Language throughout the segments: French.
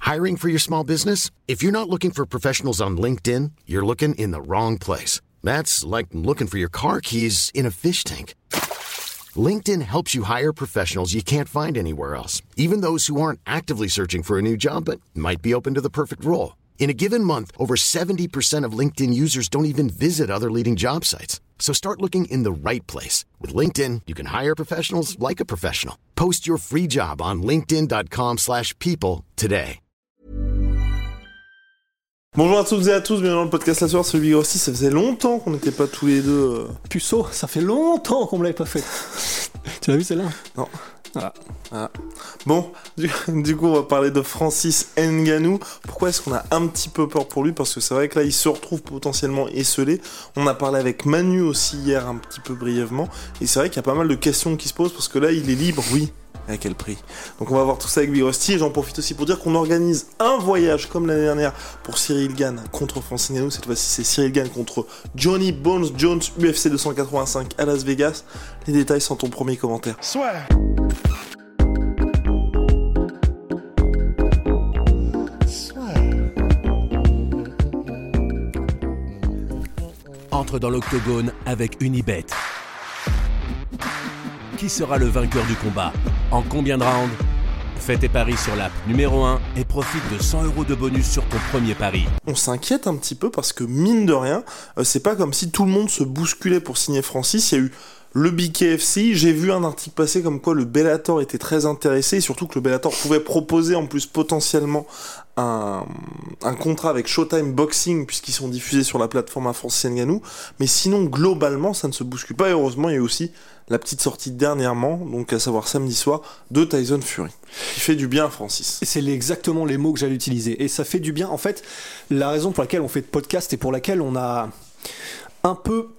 Hiring for your small business? If you're not looking for professionals on LinkedIn, you're looking in the wrong place. That's like looking for your car keys in a fish tank. LinkedIn helps you hire professionals you can't find anywhere else, even those who aren't actively searching for a new job but might be open to the perfect role. In a given month, over 70% of LinkedIn users don't even visit other leading job sites. So start looking in the right place. With LinkedIn, you can hire professionals like a professional. Post your free job on linkedin.com/people today. Bonjour à toutes et à tous, bienvenue dans le podcast La Soirée, c'est le Big Rossi. Ça faisait longtemps qu'on n'était pas tous les deux. Puceau, ça fait longtemps qu'on me l'avait pas fait. Tu l'as vu celle-là? Non. Ah. Bon, du coup, on va parler de Francis Ngannou. Pourquoi est-ce qu'on a un petit peu peur pour lui? Parce que c'est vrai que là, il se retrouve potentiellement esseulé. On a parlé avec Manu aussi hier, un petit peu brièvement. Et c'est vrai qu'il y a pas mal de questions qui se posent parce que là, il est libre, oui. À quel prix? Donc on va voir tout ça avec Big Rusty. Et j'en profite aussi pour dire qu'on organise un voyage comme l'année dernière pour Cyril Gane contre Francis Ngannou. Cette fois-ci c'est Cyril Gane contre Johnny Bones Jones, UFC 285 à Las Vegas. Les détails sont ton premier commentaire. Soit. Entre dans l'octogone avec Unibet. Qui sera le vainqueur du combat? En combien de rounds? Fais tes paris sur l'app numéro 1 et profite de 100 € de bonus sur ton premier pari. On s'inquiète un petit peu parce que mine de rien, c'est pas comme si tout le monde se bousculait pour signer Francis. Il y a eu le BKFC, j'ai vu un article passer comme quoi le Bellator était très intéressé et surtout que le Bellator pouvait proposer en plus potentiellement un contrat avec Showtime Boxing puisqu'ils sont diffusés sur la plateforme à Francis Ngannou. Mais sinon, globalement, ça ne se bouscule pas. Et heureusement, il y a eu aussi la petite sortie dernièrement, donc à savoir samedi soir, de Tyson Fury, qui fait du bien à Francis. C'est exactement les mots que j'allais utiliser. Et ça fait du bien. En fait, la raison pour laquelle on fait de podcast et pour laquelle on a un peu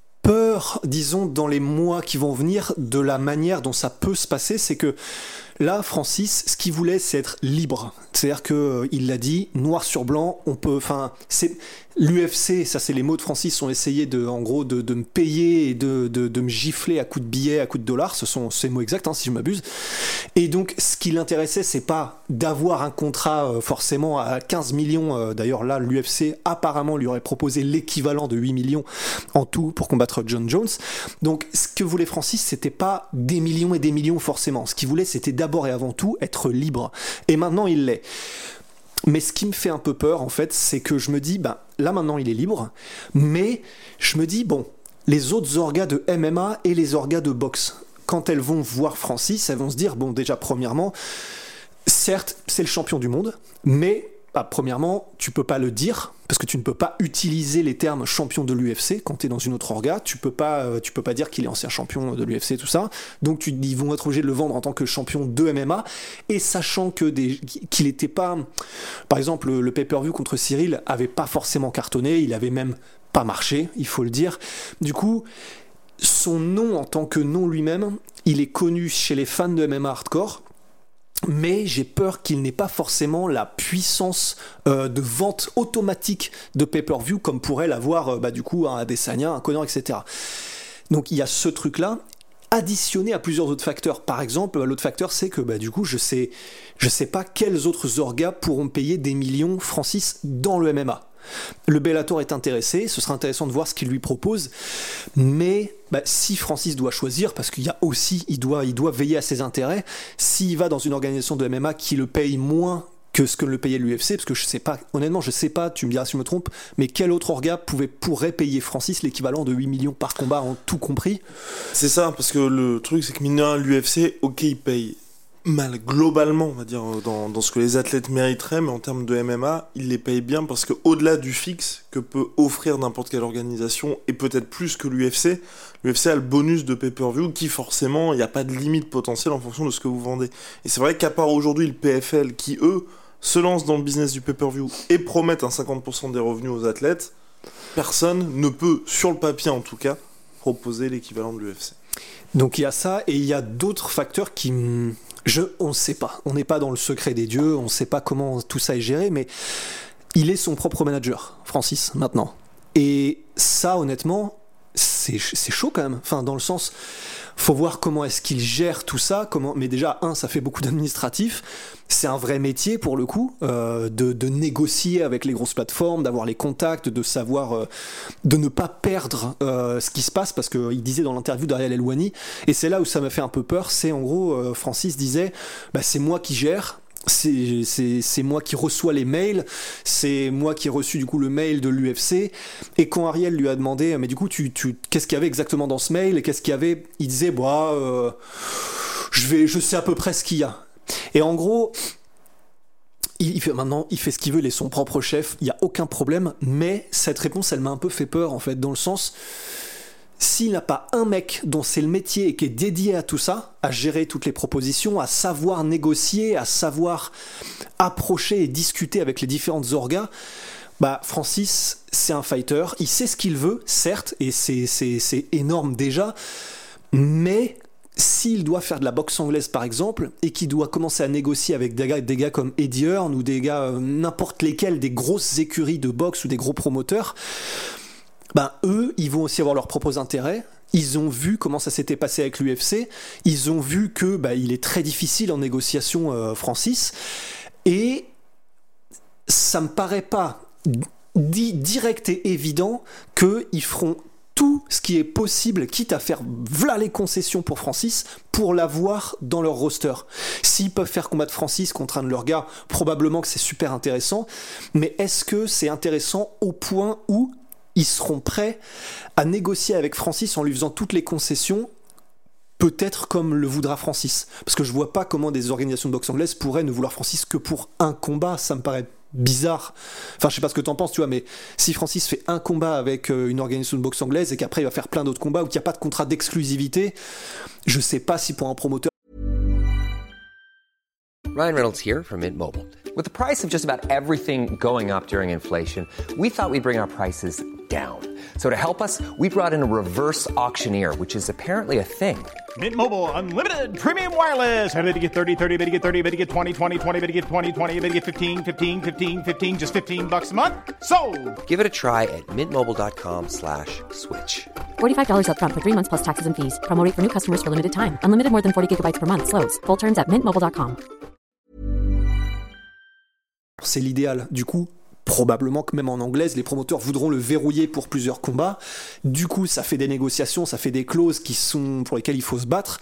peur, disons, dans les mois qui vont venir, de la manière dont ça peut se passer, c'est que là, Francis, ce qu'il voulait, c'est être libre. C'est-à-dire qu'il l'a dit, noir sur blanc, on peut... Enfin, c'est... L'UFC, ça c'est les mots de Francis, ont essayé de me payer et de me gifler à coups de billets, à coups de dollars, ce sont ces mots exacts, si je m'abuse. Et donc, ce qui l'intéressait, c'est pas d'avoir un contrat forcément à 15 millions. D'ailleurs, là, l'UFC apparemment lui aurait proposé l'équivalent de 8 millions en tout pour combattre John Jones. Donc, ce que voulait Francis, c'était pas des millions et des millions forcément. Ce qu'il voulait, c'était d'abord et avant tout être libre. Et maintenant, il l'est. Mais ce qui me fait un peu peur, en fait, c'est que je me dis, là maintenant il est libre, mais je me dis, bon, les autres orgas de MMA et les orgas de boxe, quand elles vont voir Francis, elles vont se dire, bon, déjà, premièrement, certes, c'est le champion du monde, mais, premièrement, tu peux pas le dire, parce que tu ne peux pas utiliser les termes champion de l'UFC quand tu es dans une autre orga, tu peux pas dire qu'il est ancien champion de l'UFC, tout ça, donc ils vont être obligés de le vendre en tant que champion de MMA, et sachant qu'il était pas, par exemple, le pay-per-view contre Cyril avait pas forcément cartonné, il avait même pas marché, il faut le dire, du coup, son nom en tant que nom lui-même, il est connu chez les fans de MMA hardcore, mais j'ai peur qu'il n'ait pas forcément la puissance de vente automatique de pay-per-view comme pourrait l'avoir du coup un Adesanya, un Conor, etc. Donc il y a ce truc-là, additionné à plusieurs autres facteurs. Par exemple, l'autre facteur, c'est que du coup, je sais pas quels autres orgas pourront payer des millions Francis dans le MMA. Le Bellator est intéressé, ce sera intéressant de voir ce qu'il lui propose, mais si Francis doit choisir, parce qu'il y a aussi, il doit veiller à ses intérêts, s'il va dans une organisation de MMA qui le paye moins que ce que le payait l'UFC, parce que je sais pas, honnêtement, tu me diras si je me trompe, mais quel autre orga pourrait payer Francis l'équivalent de 8 millions par combat en tout compris? C'est ça, parce que le truc, c'est que mine de rien, l'UFC, ok, il paye mal globalement, on va dire, dans ce que les athlètes mériteraient, mais en termes de MMA, ils les payent bien parce que au-delà du fixe que peut offrir n'importe quelle organisation, et peut-être plus que l'UFC a le bonus de pay-per-view qui forcément, il n'y a pas de limite potentielle en fonction de ce que vous vendez. Et c'est vrai qu'à part aujourd'hui le PFL qui, eux, se lancent dans le business du pay-per-view et promettent un 50% des revenus aux athlètes, personne ne peut, sur le papier en tout cas, proposer l'équivalent de l'UFC. Donc il y a ça, et il y a d'autres facteurs qui... on ne sait pas, on n'est pas dans le secret des dieux, on ne sait pas comment tout ça est géré, mais il est son propre manager, Francis, maintenant. Et ça, honnêtement, c'est chaud quand même. Enfin, dans le sens, Faut voir comment est-ce qu'il gère tout ça. Mais déjà, ça fait beaucoup d'administratif. C'est un vrai métier pour le coup, de négocier avec les grosses plateformes, d'avoir les contacts, de savoir, de ne pas perdre ce qui se passe, parce qu'il disait dans l'interview d'Ariel Helwani, et c'est là où ça m'a fait un peu peur, c'est en gros, Francis disait, c'est moi qui gère. C'est moi qui reçois les mails, c'est moi qui ai reçu du coup le mail de l'UFC, et quand Ariel lui a demandé mais du coup qu'est-ce qu'il y avait exactement dans ce mail et qu'est-ce qu'il y avait, il disait je sais à peu près ce qu'il y a. Et en gros il fait ce qu'il veut, il est son propre chef, il n'y a aucun problème, mais cette réponse elle m'a un peu fait peur en fait, dans le sens, s'il n'a pas un mec dont c'est le métier et qui est dédié à tout ça, à gérer toutes les propositions, à savoir négocier, à savoir approcher et discuter avec les différentes orgas, Francis, c'est un fighter, il sait ce qu'il veut, certes, et c'est énorme déjà, mais s'il doit faire de la boxe anglaise par exemple, et qu'il doit commencer à négocier avec des gars comme Eddie Hearn ou des gars n'importe lesquels, des grosses écuries de boxe ou des gros promoteurs, eux, ils vont aussi avoir leurs propres intérêts. Ils ont vu comment ça s'était passé avec l'UFC. Ils ont vu que il est très difficile en négociation, Francis. Et ça me paraît pas direct et évident qu'ils feront tout ce qui est possible, quitte à faire v'là les concessions pour Francis, pour l'avoir dans leur roster. S'ils peuvent faire combattre Francis contre un de leurs gars, probablement que c'est super intéressant. Mais est-ce que c'est intéressant au point où ils seront prêts à négocier avec Francis en lui faisant toutes les concessions, peut-être comme le voudra Francis, parce que je vois pas comment des organisations de boxe anglaise pourraient ne vouloir Francis que pour un combat. Ça me paraît bizarre. Enfin, je sais pas ce que t'en penses, tu vois, mais si Francis fait un combat avec une organisation de boxe anglaise et qu'après il va faire plein d'autres combats ou qu'il n'y a pas de contrat d'exclusivité, je sais pas si pour un promoteur. Ryan Reynolds here from Mint Mobile. With the price of just about everything going up during inflation, we thought we'd bring our prices down. So to help us, we brought in a reverse auctioneer, which is apparently a thing. Mint Mobile Unlimited Premium Wireless. How to get 30, 30, bit to get 30, bit to get 20, 20, 20, bit to get 20, 20, bit to get 15, 15, 15, 15, just $15 a month? Sold! Give it a try at mintmobile.com/switch. $45 up front for 3 months plus taxes and fees. Promo rate for new customers for limited time. Unlimited more than 40 gigabytes per month. Slows full terms at mintmobile.com. C'est l'idéal. Du coup, probablement que même en anglaise, les promoteurs voudront le verrouiller pour plusieurs combats. Du coup, ça fait des négociations, ça fait des clauses pour lesquelles il faut se battre.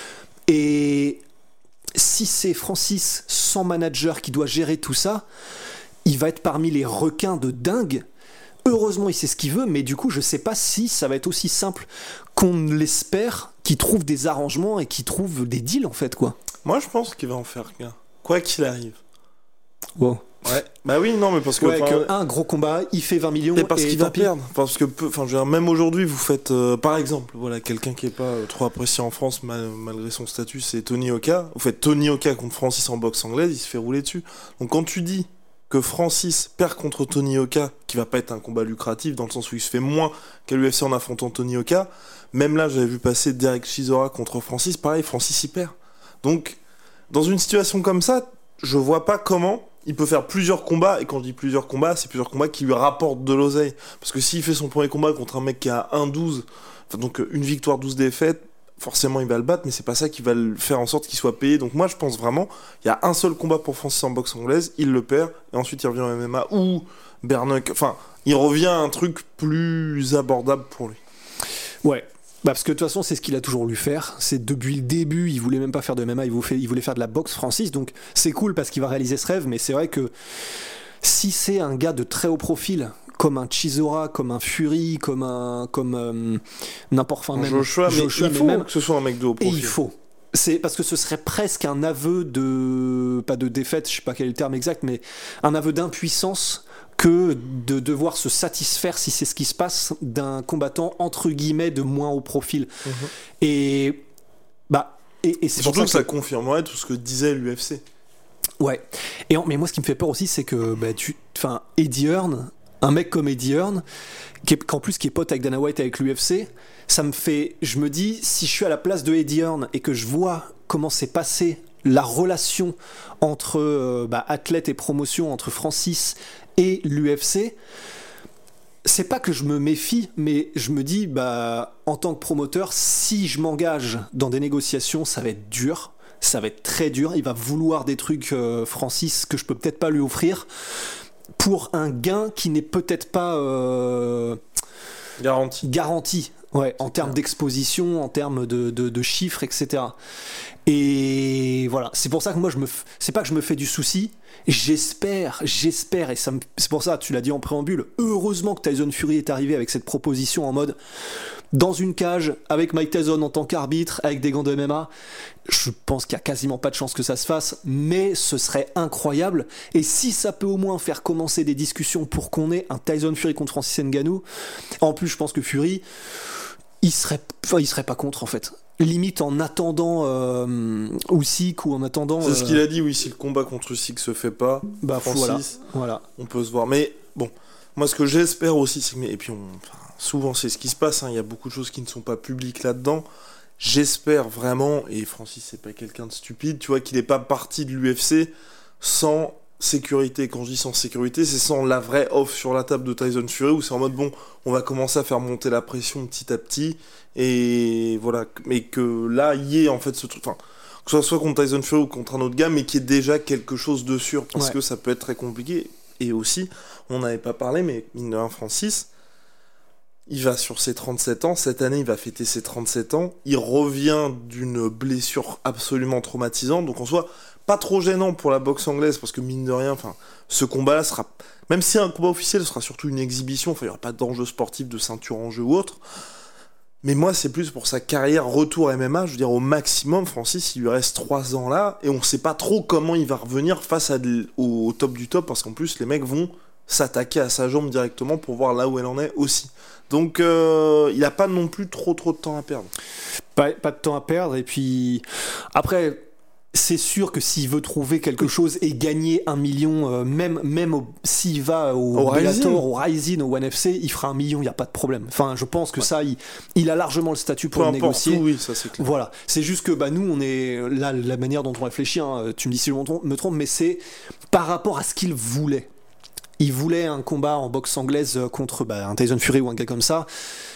Et si c'est Francis sans manager qui doit gérer tout ça, il va être parmi les requins de dingue. Heureusement, il sait ce qu'il veut, mais du coup, je sais pas si ça va être aussi simple qu'on l'espère, qu'il trouve des arrangements et qu'il trouve des deals, en fait, quoi. Moi, je pense qu'il va en faire qu'un. Quoi qu'il arrive. Wow. Ouais. Mais parce que un gros combat, il fait 20 millions et parce qu'il va pire. perdre. Parce que même aujourd'hui, vous faites par exemple, quelqu'un qui est pas trop apprécié en France malgré son statut, c'est Tony Oka. Vous faites Tony Oka contre Francis en boxe anglaise, il se fait rouler dessus. Donc quand tu dis que Francis perd contre Tony Oka, qui va pas être un combat lucratif dans le sens où il se fait moins qu'à l'UFC en affrontant Tony Oka, même là j'avais vu passer Derek Chisora contre Francis, pareil, Francis y perd. Donc dans une situation comme ça, je vois pas comment il peut faire plusieurs combats, et quand je dis plusieurs combats, c'est plusieurs combats qui lui rapportent de l'oseille. Parce que s'il fait son premier combat contre un mec qui a 1-12, donc une victoire, 12 défaites, forcément il va le battre, mais c'est pas ça qui va le faire en sorte qu'il soit payé. Donc moi je pense vraiment, il y a un seul combat pour Francis en boxe anglaise, il le perd, et ensuite il revient en MMA, ou Bernuck, il revient à un truc plus abordable pour lui. Ouais. Parce que de toute façon, c'est ce qu'il a toujours voulu faire. C'est depuis le début, il voulait même pas faire de MMA, il voulait faire de la boxe Francis. Donc c'est cool parce qu'il va réaliser ce rêve. Mais c'est vrai que si c'est un gars de très haut profil, comme un Chisora, comme un Fury, comme n'importe, même Joshua, mais il faut même que ce soit un mec de haut profil. Et il faut. C'est parce que ce serait presque un aveu pas de défaite, je sais pas quel est le terme exact, mais un aveu d'impuissance que de devoir se satisfaire, si c'est ce qui se passe, d'un combattant entre guillemets de moins haut profil. Et c'est surtout que ça confirmerait tout ce que disait l'UFC. Ouais. Mais moi, ce qui me fait peur aussi, c'est que Eddie Hearn, un mec comme Eddie Hearn, qu'en plus qui est pote avec Dana White avec l'UFC, je me dis, si je suis à la place de Eddie Hearn et que je vois comment s'est passée la relation entre athlète et promotion, entre Francis et l'UFC, c'est pas que je me méfie, mais je me dis, en tant que promoteur, si je m'engage dans des négociations, ça va être dur. Ça va être très dur. Il va vouloir des trucs, Francis, que je peux peut-être pas lui offrir pour un gain qui n'est peut-être pas garanti. Ouais, en termes d'exposition, en termes de chiffres, etc. Et voilà, c'est pour ça que moi, c'est pas que je me fais du souci. J'espère, et c'est pour ça, tu l'as dit en préambule, heureusement que Tyson Fury est arrivé avec cette proposition en mode dans une cage, avec Mike Tyson en tant qu'arbitre, avec des gants de MMA. Je pense qu'il y a quasiment pas de chance que ça se fasse, mais ce serait incroyable. Et si ça peut au moins faire commencer des discussions pour qu'on ait un Tyson Fury contre Francis Ngannou, en plus, je pense que Fury, il serait pas contre en fait. Limite en attendant Usyk ou en attendant. C'est ce qu'il a dit, oui. Si le combat contre Usyk se fait pas, Francis, voilà. On peut se voir. Mais bon, moi ce que j'espère aussi, c'est que et puis souvent c'est ce qui se passe. Il y a beaucoup de choses qui ne sont pas publiques là-dedans. J'espère vraiment, et Francis c'est pas quelqu'un de stupide, tu vois, qu'il est pas parti de l'UFC sans sécurité. Quand je dis sans sécurité, c'est sans la vraie offre sur la table de Tyson Fury, où c'est en mode bon, on va commencer à faire monter la pression petit à petit, et voilà, mais que là il y ait en fait ce truc, que ce soit contre Tyson Fury ou contre un autre gars, mais qu'il y ait déjà quelque chose de sûr, parce que ça peut être très compliqué. Et aussi, on n'avait pas parlé, mais mine de rien, Francis, il va sur ses 37 ans, cette année il va fêter ses 37 ans, il revient d'une blessure absolument traumatisante, donc en soi pas trop gênant pour la boxe anglaise, parce que mine de rien, ce combat-là sera, même si un combat officiel, ce sera surtout une exhibition, il n'y aura pas d'enjeu sportif, de ceinture en jeu ou autre, mais moi c'est plus pour sa carrière retour MMA, je veux dire au maximum, Francis il lui reste 3 ans là, et on sait pas trop comment il va revenir face au top du top, parce qu'en plus les mecs vont s'attaquer à sa jambe directement pour voir là où elle en est aussi. Donc il n'a pas non plus trop de temps à perdre. Pas de temps à perdre, et puis après c'est sûr que s'il veut trouver quelque chose et gagner 1 million, même s'il va au Bellator, au Rising, au ONE FC, il fera 1 million, il n'y a pas de problème. Je pense que ça, il a largement le statut pour le négocier. Oui, ça c'est clair. Voilà, c'est juste que nous, on est là, la manière dont on réfléchit, tu me dis si je me trompe, mais c'est par rapport à ce qu'il voulait. Il voulait un combat en boxe anglaise contre un Tyson Fury ou un gars comme ça.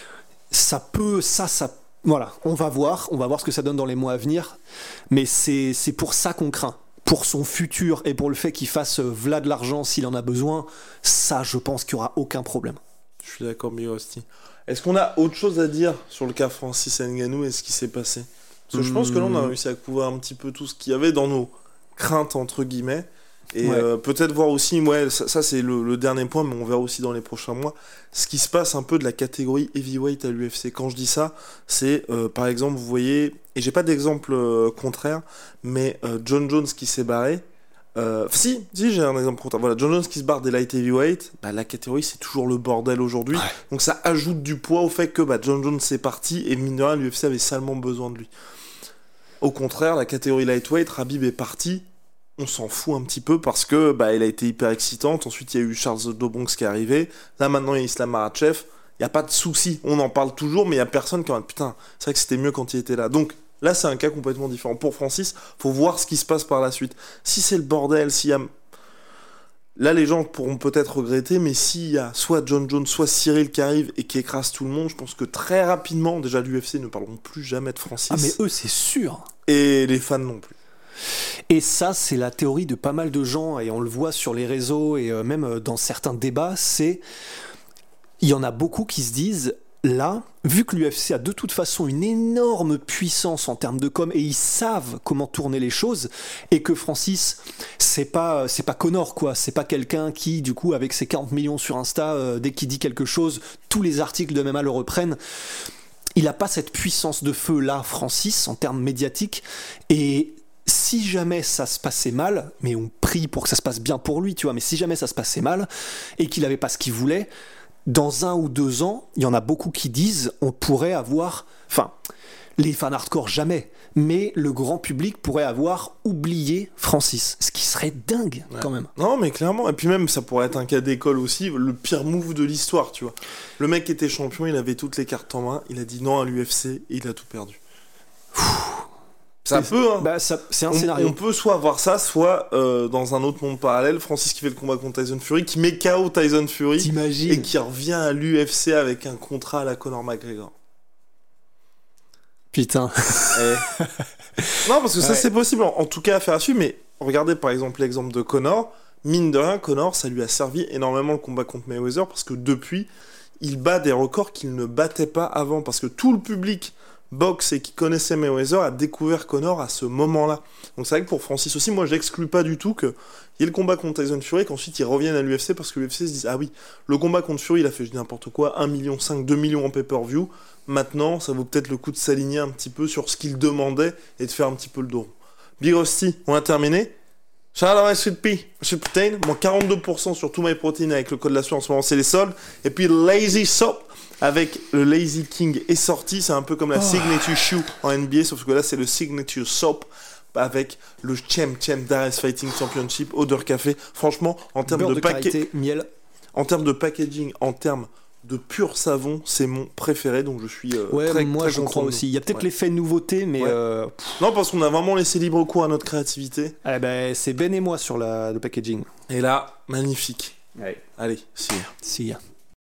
Voilà, on va voir ce que ça donne dans les mois à venir, mais c'est pour ça qu'on craint. Pour son futur et pour le fait qu'il fasse v'là de l'argent s'il en a besoin, ça, je pense qu'il n'y aura aucun problème. Je suis d'accord, Birosti. Est-ce qu'on a autre chose à dire sur le cas Francis Ngannou et ce qui s'est passé ? Parce que je pense que là, on a réussi à couvrir un petit peu tout ce qu'il y avait dans nos craintes, entre guillemets. Et peut-être voir aussi, ça c'est le dernier point, mais on verra aussi dans les prochains mois, ce qui se passe un peu de la catégorie heavyweight à l'UFC. Quand je dis ça, c'est par exemple, vous voyez, et j'ai pas d'exemple contraire, mais John Jones qui s'est barré, si j'ai un exemple contraire, voilà, John Jones qui se barre des light heavyweight, la catégorie c'est toujours le bordel aujourd'hui, donc ça ajoute du poids au fait que John Jones c'est parti, et mine de rien, l'UFC avait salement besoin de lui. Au contraire, la catégorie lightweight, Khabib est parti, on s'en fout un petit peu parce que elle a été hyper excitante. Ensuite il y a eu Charles Dobronx qui est arrivé, là maintenant il y a Islam Makhachev, il n'y a pas de souci, on en parle toujours, mais il n'y a personne qui en dit putain, c'est vrai que c'était mieux quand il était là. Donc là c'est un cas complètement différent. Pour Francis, faut voir ce qui se passe par la suite. Si c'est le bordel, s'il y a... Là les gens pourront peut-être regretter, mais s'il y a soit John Jones, soit Cyril qui arrive et qui écrase tout le monde, je pense que très rapidement, déjà l'UFC ne parleront plus jamais de Francis. Ah mais eux c'est sûr. Et les fans non plus. Et ça, c'est la théorie de pas mal de gens, et on le voit sur les réseaux et même dans certains débats, il y en a beaucoup qui se disent, là, vu que l'UFC a de toute façon une énorme puissance en termes de com, et ils savent comment tourner les choses, et que Francis, c'est pas Conor, quoi, c'est pas quelqu'un qui, du coup, avec ses 40 millions sur Insta, dès qu'il dit quelque chose, tous les articles de MMA le reprennent. Il n'a pas cette puissance de feu là, Francis, en termes médiatiques, et si jamais ça se passait mal, mais on prie pour que ça se passe bien pour lui, tu vois, mais si jamais ça se passait mal et qu'il n'avait pas ce qu'il voulait, dans 1 ou 2 ans, il y en a beaucoup qui disent on pourrait avoir, les fans hardcore jamais, mais le grand public pourrait avoir oublié Francis, ce qui serait dingue quand même. Non mais clairement, et puis même ça pourrait être un cas d'école aussi, le pire move de l'histoire, tu vois. Le mec était champion, il avait toutes les cartes en main, il a dit non à l'UFC et il a tout perdu. Ça peut, hein. Bah, c'est un scénario. On peut soit avoir ça, soit dans un autre monde parallèle, Francis qui fait le combat contre Tyson Fury, qui met KO Tyson Fury, T'imagines. et qui revient à l'UFC avec un contrat à la Conor McGregor. Putain. Non, parce que ça c'est possible, en tout cas à faire à suivre, mais regardez par exemple l'exemple de Conor. Mine de rien, Conor, ça lui a servi énormément le combat contre Mayweather, parce que depuis, il bat des records qu'il ne battait pas avant, parce que tout le public boxe et qui connaissait Mayweather a découvert Conor à ce moment-là. Donc c'est vrai que pour Francis aussi, moi j'exclus pas du tout qu'il y ait le combat contre Tyson Fury et qu'ensuite ils reviennent à l'UFC parce que l'UFC se dit ah oui, le combat contre Fury il a fait n'importe quoi, 1,5 million, 2 millions en pay-per-view, maintenant ça vaut peut-être le coup de s'aligner un petit peu sur ce qu'il demandait et de faire un petit peu le dos rond. Big Rusty, on a terminé. Shout out à Sweet Pea, Sweet Protein, moins 42% sur tout My Protein avec le code de la sueur en ce moment c'est les soldes, et puis Lazy Soap avec le Lazy King est sorti, c'est un peu comme la Signature Shoe en NBA, sauf que là c'est le Signature Soap avec le Champ D'Ares Fighting Championship, odeur café. Franchement, en termes de miel, en termes de packaging, en termes de pur savon, c'est mon préféré, donc je suis moi très je crois aussi. Il y a peut-être ouais. l'effet nouveauté, mais non, parce qu'on a vraiment laissé libre cours à notre créativité. C'est Ben et moi sur le packaging. Et là, magnifique. Ouais. Allez, see ya.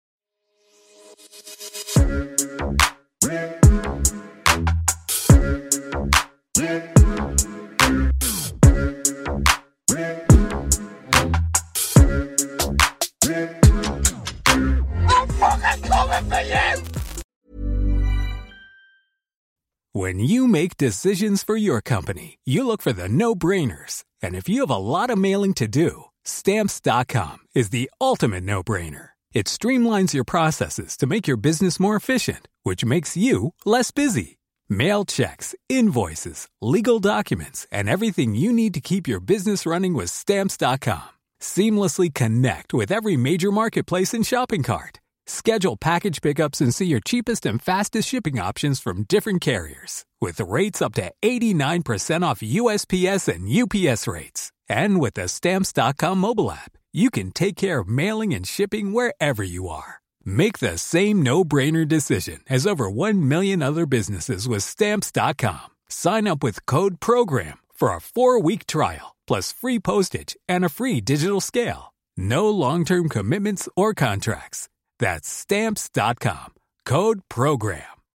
When you make decisions for your company, you look for the no-brainers. And if you have a lot of mailing to do, Stamps.com is the ultimate no-brainer. It streamlines your processes to make your business more efficient, which makes you less busy. Mail checks, invoices, legal documents, and everything you need to keep your business running with Stamps.com. Seamlessly connect with every major marketplace and shopping cart. Schedule package pickups and see your cheapest and fastest shipping options from different carriers. With rates up to 89% off USPS and UPS rates. And with the Stamps.com mobile app, you can take care of mailing and shipping wherever you are. Make the same no-brainer decision as over 1 million other businesses with Stamps.com. Sign up with code PROGRAM for a 4-week trial, plus free postage and a free digital scale. No long-term commitments or contracts. That's Stamps.com. Code PROGRAM.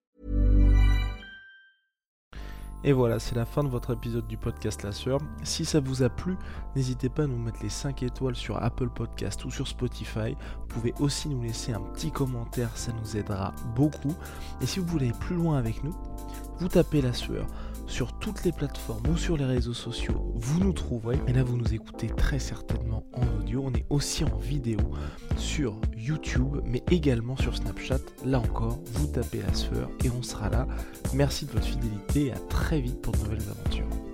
Et voilà, c'est la fin de votre épisode du podcast La Sueur. Si ça vous a plu, n'hésitez pas à nous mettre les 5 étoiles sur Apple Podcast ou sur Spotify. Vous pouvez aussi nous laisser un petit commentaire, ça nous aidera beaucoup. Et si vous voulez aller plus loin avec nous, vous tapez La Sueur sur toutes les plateformes ou sur les réseaux sociaux, vous nous trouverez. Et là, vous nous écoutez très certainement en audio. On est aussi en vidéo sur YouTube, mais également sur Snapchat. Là encore, vous tapez La Sueur et on sera là. Merci de votre fidélité et à très vite pour de nouvelles aventures.